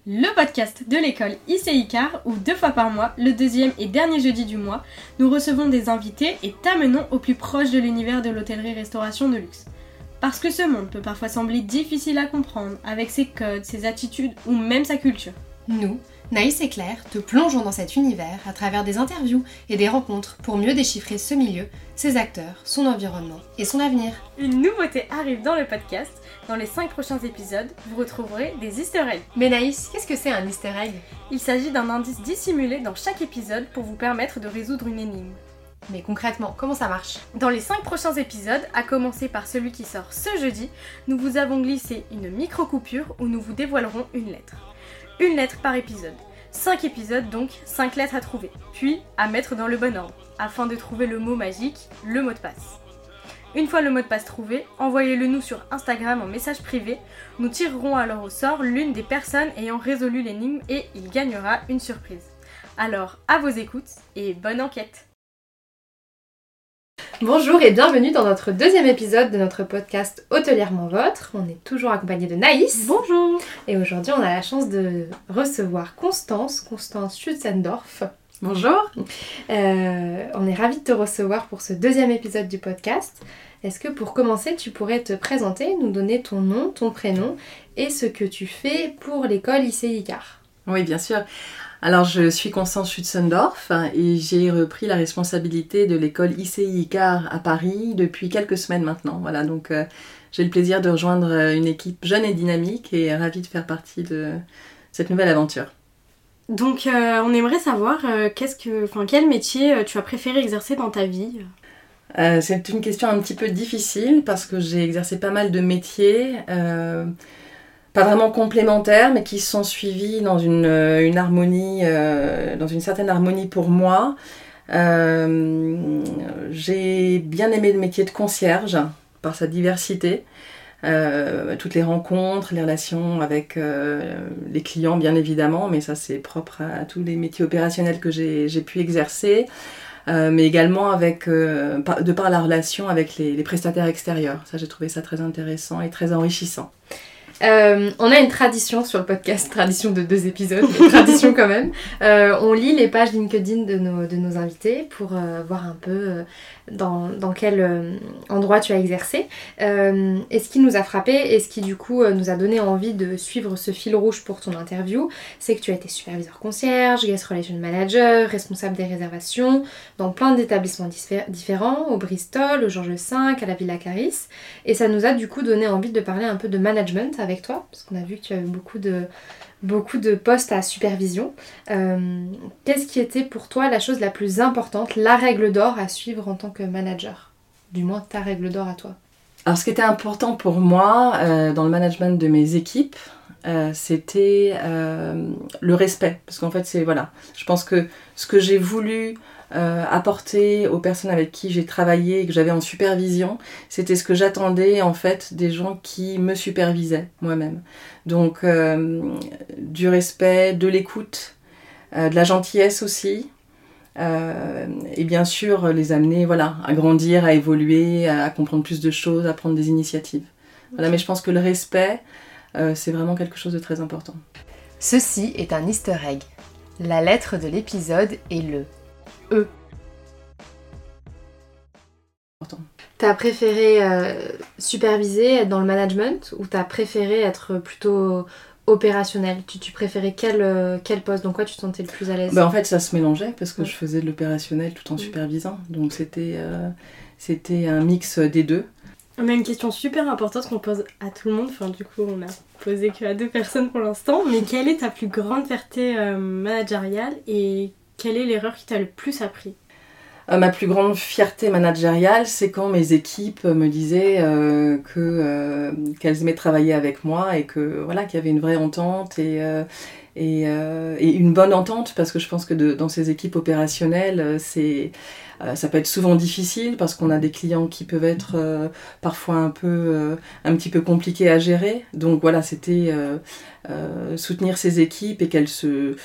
le podcast de l'école ICICAR où 2 fois par mois, le deuxième et dernier jeudi du mois, nous recevons des invités et t'amenons au plus proche de l'univers de l'hôtellerie-restauration de luxe. Parce que ce monde peut parfois sembler difficile à comprendre avec ses codes, ses attitudes ou même sa culture. Nous, Naïs et Claire, te plongeons dans cet univers à travers des interviews et des rencontres pour mieux déchiffrer ce milieu, ses acteurs, son environnement et son avenir. Une nouveauté arrive dans le podcast. Dans les 5 prochains épisodes, vous retrouverez des easter eggs. Mais Naïs, qu'est-ce que c'est un easter egg ? Il s'agit d'un indice dissimulé dans chaque épisode pour vous permettre de résoudre une énigme. Mais concrètement, comment ça marche ? Dans les 5 prochains épisodes, à commencer par celui qui sort ce jeudi, nous vous avons glissé une micro-coupure où nous vous dévoilerons une lettre. Une lettre par épisode. 5 épisodes donc, 5 lettres à trouver, puis à mettre dans le bon ordre, afin de trouver le mot magique, le mot de passe. Une fois le mot de passe trouvé, envoyez-le nous sur Instagram en message privé. Nous tirerons alors au sort l'une des personnes ayant résolu l'énigme et il gagnera une surprise. Alors, à vos écoutes et bonne enquête! Bonjour et bienvenue dans notre deuxième épisode de notre podcast Hôtelièrement Votre. On est toujours accompagné de Naïs. Bonjour! Et aujourd'hui, on a la chance de recevoir Constance Schützendorf. Bonjour. On est ravis de te recevoir pour ce deuxième épisode du podcast. Est-ce que pour commencer, tu pourrais te présenter, nous donner ton nom, ton prénom et ce que tu fais pour l'école ICICAR ? Oui, bien sûr. Alors, je suis Constance Schützendorf et j'ai repris la responsabilité de l'école ICICAR à Paris depuis quelques semaines maintenant. Voilà, donc j'ai le plaisir de rejoindre une équipe jeune et dynamique et ravie de faire partie de cette nouvelle aventure. Donc, on aimerait savoir quel métier tu as préféré exercer dans ta vie ? C'est une question un petit peu difficile parce que j'ai exercé pas mal de métiers, pas vraiment complémentaires, mais qui sont suivis dans une harmonie, dans une certaine harmonie pour moi. J'ai bien aimé le métier de concierge par sa diversité. Toutes les rencontres, les relations avec les clients bien évidemment, mais ça c'est propre à tous les métiers opérationnels que j'ai pu exercer, mais également de par la relation avec les prestataires extérieurs. Ça j'ai trouvé ça très intéressant et très enrichissant. On a une tradition sur le podcast, tradition de 2 épisodes, mais tradition quand même. On lit les pages LinkedIn de nos invités pour voir un peu dans quel endroit tu as exercé. Et ce qui nous a frappé et ce qui du coup nous a donné envie de suivre ce fil rouge pour ton interview, c'est que tu as été superviseur concierge, guest relation manager, responsable des réservations dans plein d'établissements différents, au Bristol, au Georges V, à la Villa Caris. Et ça nous a du coup donné envie de parler un peu de management avec toi, parce qu'on a vu que tu avais beaucoup de postes à supervision. Qu'est-ce qui était pour toi la chose la plus importante, la règle d'or à suivre en tant que manager ? Du moins ta règle d'or à toi. Alors ce qui était important pour moi dans le management de mes équipes, c'était le respect. Parce qu'en fait, je pense que ce que j'ai voulu apporter aux personnes avec qui j'ai travaillé et que j'avais en supervision, c'était ce que j'attendais en fait des gens qui me supervisaient moi-même. Donc du respect, de l'écoute, de la gentillesse aussi, et bien sûr les amener à grandir, à évoluer, à comprendre plus de choses, à prendre des initiatives. Voilà, mais je pense que le respect, c'est vraiment quelque chose de très important. Ceci est un easter egg. La lettre de l'épisode est le E. T'as préféré superviser, être dans le management, ou t'as préféré être plutôt opérationnel ? Tu préférais quel poste ? Dans quoi tu te sentais le plus à l'aise ? En fait, ça se mélangeait parce que je faisais de l'opérationnel tout en supervisant. Donc c'était un mix des deux. On a une question super importante qu'on pose à tout le monde. Enfin, du coup, on a posé qu'à 2 personnes pour l'instant. Mais quelle est ta plus grande fierté managériale et quelle est l'erreur qui t'a le plus appris ? Ma plus grande fierté managériale, c'est quand mes équipes me disaient qu'elles aimaient travailler avec moi et qu'il y avait une vraie entente et une bonne entente, parce que je pense que dans ces équipes opérationnelles, ça peut être souvent difficile parce qu'on a des clients qui peuvent être parfois un petit peu compliqués à gérer. Donc c'était soutenir ces équipes et qu'elles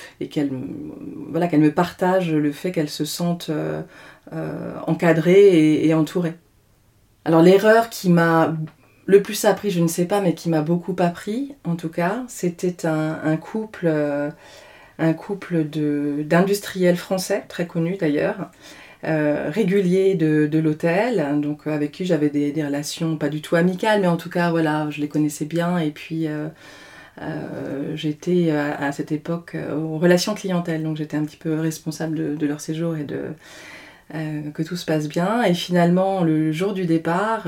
me partagent le fait qu'elles se sentent encadrées et entourées. Alors l'erreur qui m'a le plus ça a appris, je ne sais pas, mais qui m'a beaucoup appris, en tout cas, c'était un couple d'industriels français, très connus d'ailleurs, réguliers de l'hôtel, donc avec qui j'avais des relations pas du tout amicales, mais en tout cas, voilà, je les connaissais bien. Et puis, j'étais à cette époque aux relations clientèle, donc j'étais un petit peu responsable de leur séjour et que tout se passe bien. Et finalement, le jour du départ,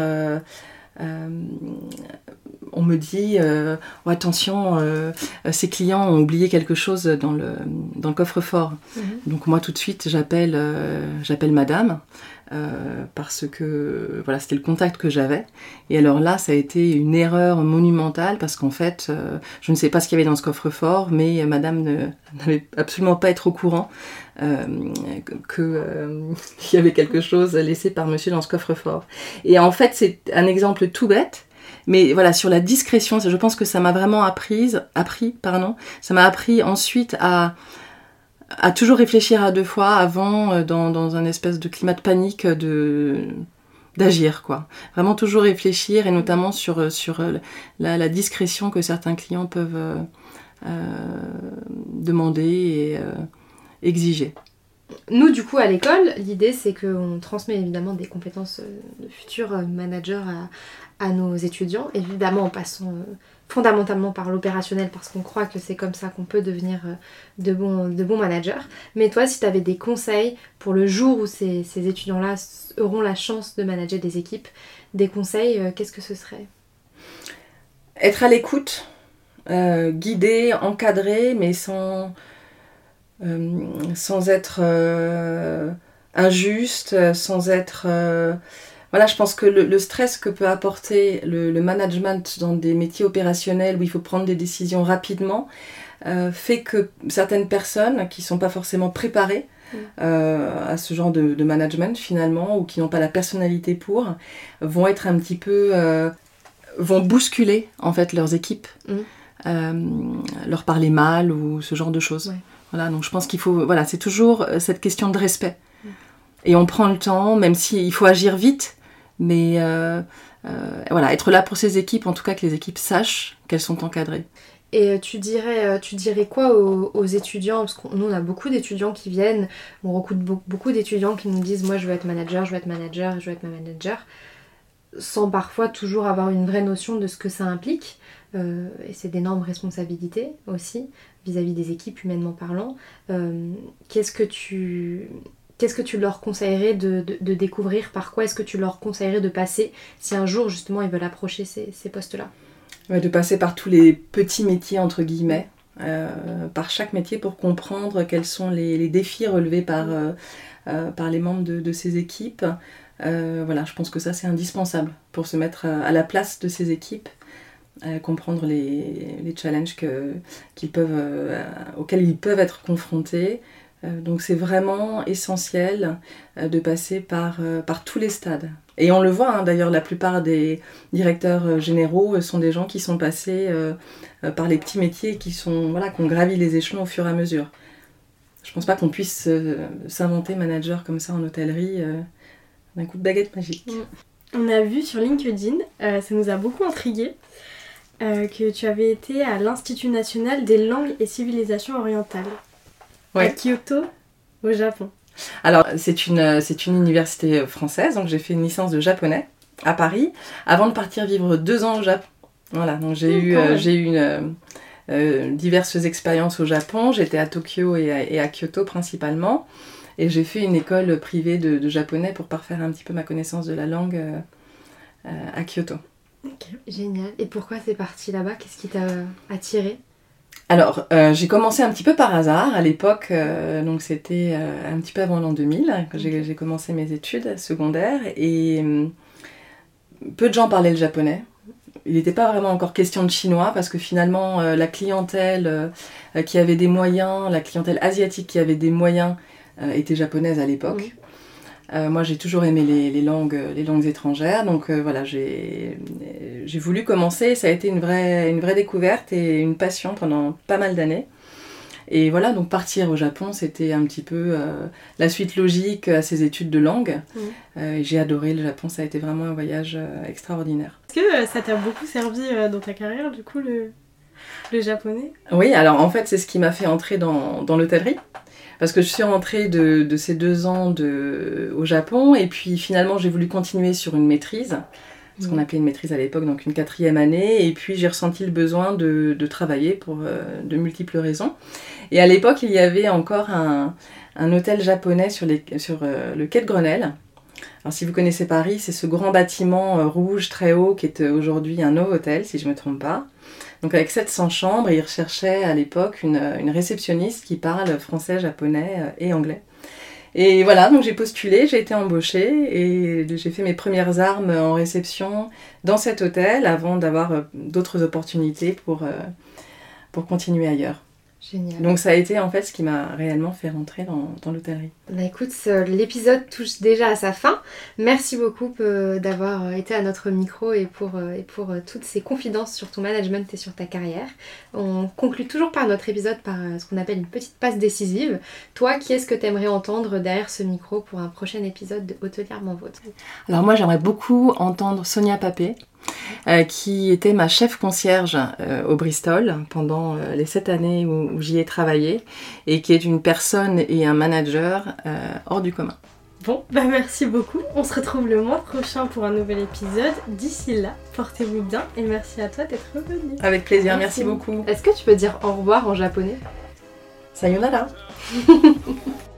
on me dit oh, attention, ces clients ont oublié quelque chose dans le coffre-fort. Donc moi tout de suite j'appelle madame parce que voilà, c'était le contact que j'avais. Et alors là ça a été une erreur monumentale parce qu'en fait je ne sais pas ce qu'il y avait dans ce coffre-fort, mais madame n'avait absolument pas être au courant qu'il y avait quelque chose laissé par monsieur dans ce coffre-fort. Et en fait c'est un exemple tout bête, mais voilà, sur la discrétion, je pense que ça m'a vraiment appris, ça m'a appris ensuite à toujours réfléchir à deux fois avant, dans un espèce de climat de panique, d'agir, quoi. Vraiment toujours réfléchir, et notamment sur la discrétion que certains clients peuvent demander et exiger. Nous, du coup, à l'école, l'idée, c'est qu'on transmet évidemment des compétences de futurs managers à nos étudiants, évidemment en passant fondamentalement par l'opérationnel, parce qu'on croit que c'est comme ça qu'on peut devenir de bons managers. Mais toi, si tu avais des conseils pour le jour où ces étudiants-là auront la chance de manager des équipes, des conseils, qu'est-ce que ce serait ? Être à l'écoute, guider, encadrer, mais sans être injuste, sans être... Voilà, je pense que le stress que peut apporter le management dans des métiers opérationnels où il faut prendre des décisions rapidement fait que certaines personnes qui ne sont pas forcément préparées à ce genre de management finalement, ou qui n'ont pas la personnalité pour, vont être un petit peu... vont bousculer en fait leurs équipes, leur parler mal ou ce genre de choses. Ouais. Voilà, donc je pense qu'il faut... Voilà, c'est toujours cette question de respect. Et on prend le temps, même s'il faut agir vite, mais voilà, être là pour ces équipes, en tout cas que les équipes sachent qu'elles sont encadrées. Et tu dirais quoi aux étudiants ? Parce que nous, on a beaucoup d'étudiants qui viennent, on recrute beaucoup d'étudiants qui nous disent « Moi, je veux être manager, je veux être manager, je veux être manager », sans parfois toujours avoir une vraie notion de ce que ça implique. Et c'est d'énormes responsabilités aussi, vis-à-vis des équipes, humainement parlant. Qu'est-ce que tu leur conseillerais de découvrir ? Par quoi est-ce que tu leur conseillerais de passer si un jour, justement, ils veulent approcher ces postes-là ? De passer par tous les petits métiers, entre guillemets, par chaque métier pour comprendre quels sont les défis relevés par les membres de ces équipes. Voilà, je pense que ça, c'est indispensable pour se mettre à la place de ces équipes, comprendre les challenges auxquels ils peuvent être confrontés. Donc c'est vraiment essentiel de passer par tous les stades. Et on le voit, d'ailleurs, la plupart des directeurs généraux sont des gens qui sont passés par les petits métiers, qui ont gravi les échelons au fur et à mesure. Je pense pas qu'on puisse s'inventer manager comme ça en hôtellerie d'un coup de baguette magique. On a vu sur LinkedIn, ça nous a beaucoup intrigués, que tu avais été à l'Institut national des langues et civilisations orientales. Ouais. À Kyoto, au Japon. Alors, c'est une université française, donc j'ai fait une licence de japonais à Paris, avant de partir vivre 2 ans au Japon. Voilà, donc j'ai eu diverses expériences au Japon. J'étais à Tokyo et à Kyoto principalement, et j'ai fait une école privée de japonais pour parfaire un petit peu ma connaissance de la langue à Kyoto. Okay. Génial. Et pourquoi t'es partie là-bas ? Qu'est-ce qui t'a attirée ? Alors, j'ai commencé un petit peu par hasard à l'époque, donc c'était un petit peu avant l'an 2000 que j'ai commencé mes études secondaires, et peu de gens parlaient le japonais. Il n'était pas vraiment encore question de chinois, parce que finalement la clientèle qui avait des moyens, la clientèle asiatique qui avait des moyens était japonaise à l'époque. Moi j'ai toujours aimé les langues étrangères, donc voilà, j'ai voulu commencer. Ça a été une vraie découverte et une passion pendant pas mal d'années. Et voilà, donc partir au Japon, c'était un petit peu la suite logique à ces études de langue. Et j'ai adoré le Japon, ça a été vraiment un voyage extraordinaire. Est-ce que ça t'a beaucoup servi dans ta carrière, du coup, le japonais? Oui, alors en fait, c'est ce qui m'a fait entrer dans l'hôtellerie. Parce que je suis rentrée de ces 2 ans au Japon, et puis finalement j'ai voulu continuer sur une maîtrise, ce qu'on appelait une maîtrise à l'époque, donc une 4e année, et puis j'ai ressenti le besoin de travailler pour de multiples raisons. Et à l'époque, il y avait encore un hôtel japonais sur le quai de Grenelle. Alors si vous connaissez Paris, c'est ce grand bâtiment rouge très haut qui est aujourd'hui un Novotel, si je ne me trompe pas. Donc avec 700 chambres, et ils recherchaient à l'époque une réceptionniste qui parle français, japonais et anglais. Et voilà, donc j'ai postulé, j'ai été embauchée et j'ai fait mes premières armes en réception dans cet hôtel avant d'avoir d'autres opportunités pour continuer ailleurs. Génial. Donc ça a été en fait ce qui m'a réellement fait rentrer dans l'hôtellerie. Bah écoute, l'épisode touche déjà à sa fin. Merci beaucoup d'avoir été à notre micro et pour toutes ces confidences sur ton management et sur ta carrière. On conclut toujours par notre épisode par ce qu'on appelle une petite passe décisive. Toi, qui est-ce que tu aimerais entendre derrière ce micro pour un prochain épisode de Hôtelièrement Vôtre? Alors moi, j'aimerais beaucoup entendre Sonia Papé, qui était ma chef concierge au Bristol pendant les 7 années où j'y ai travaillé, et qui est une personne et un manager hors du commun. Bon, bah merci beaucoup. On se retrouve le mois prochain pour un nouvel épisode. D'ici là, portez-vous bien et merci à toi d'être venu. Avec plaisir, merci beaucoup. Est-ce que tu peux dire au revoir en japonais? Sayonara.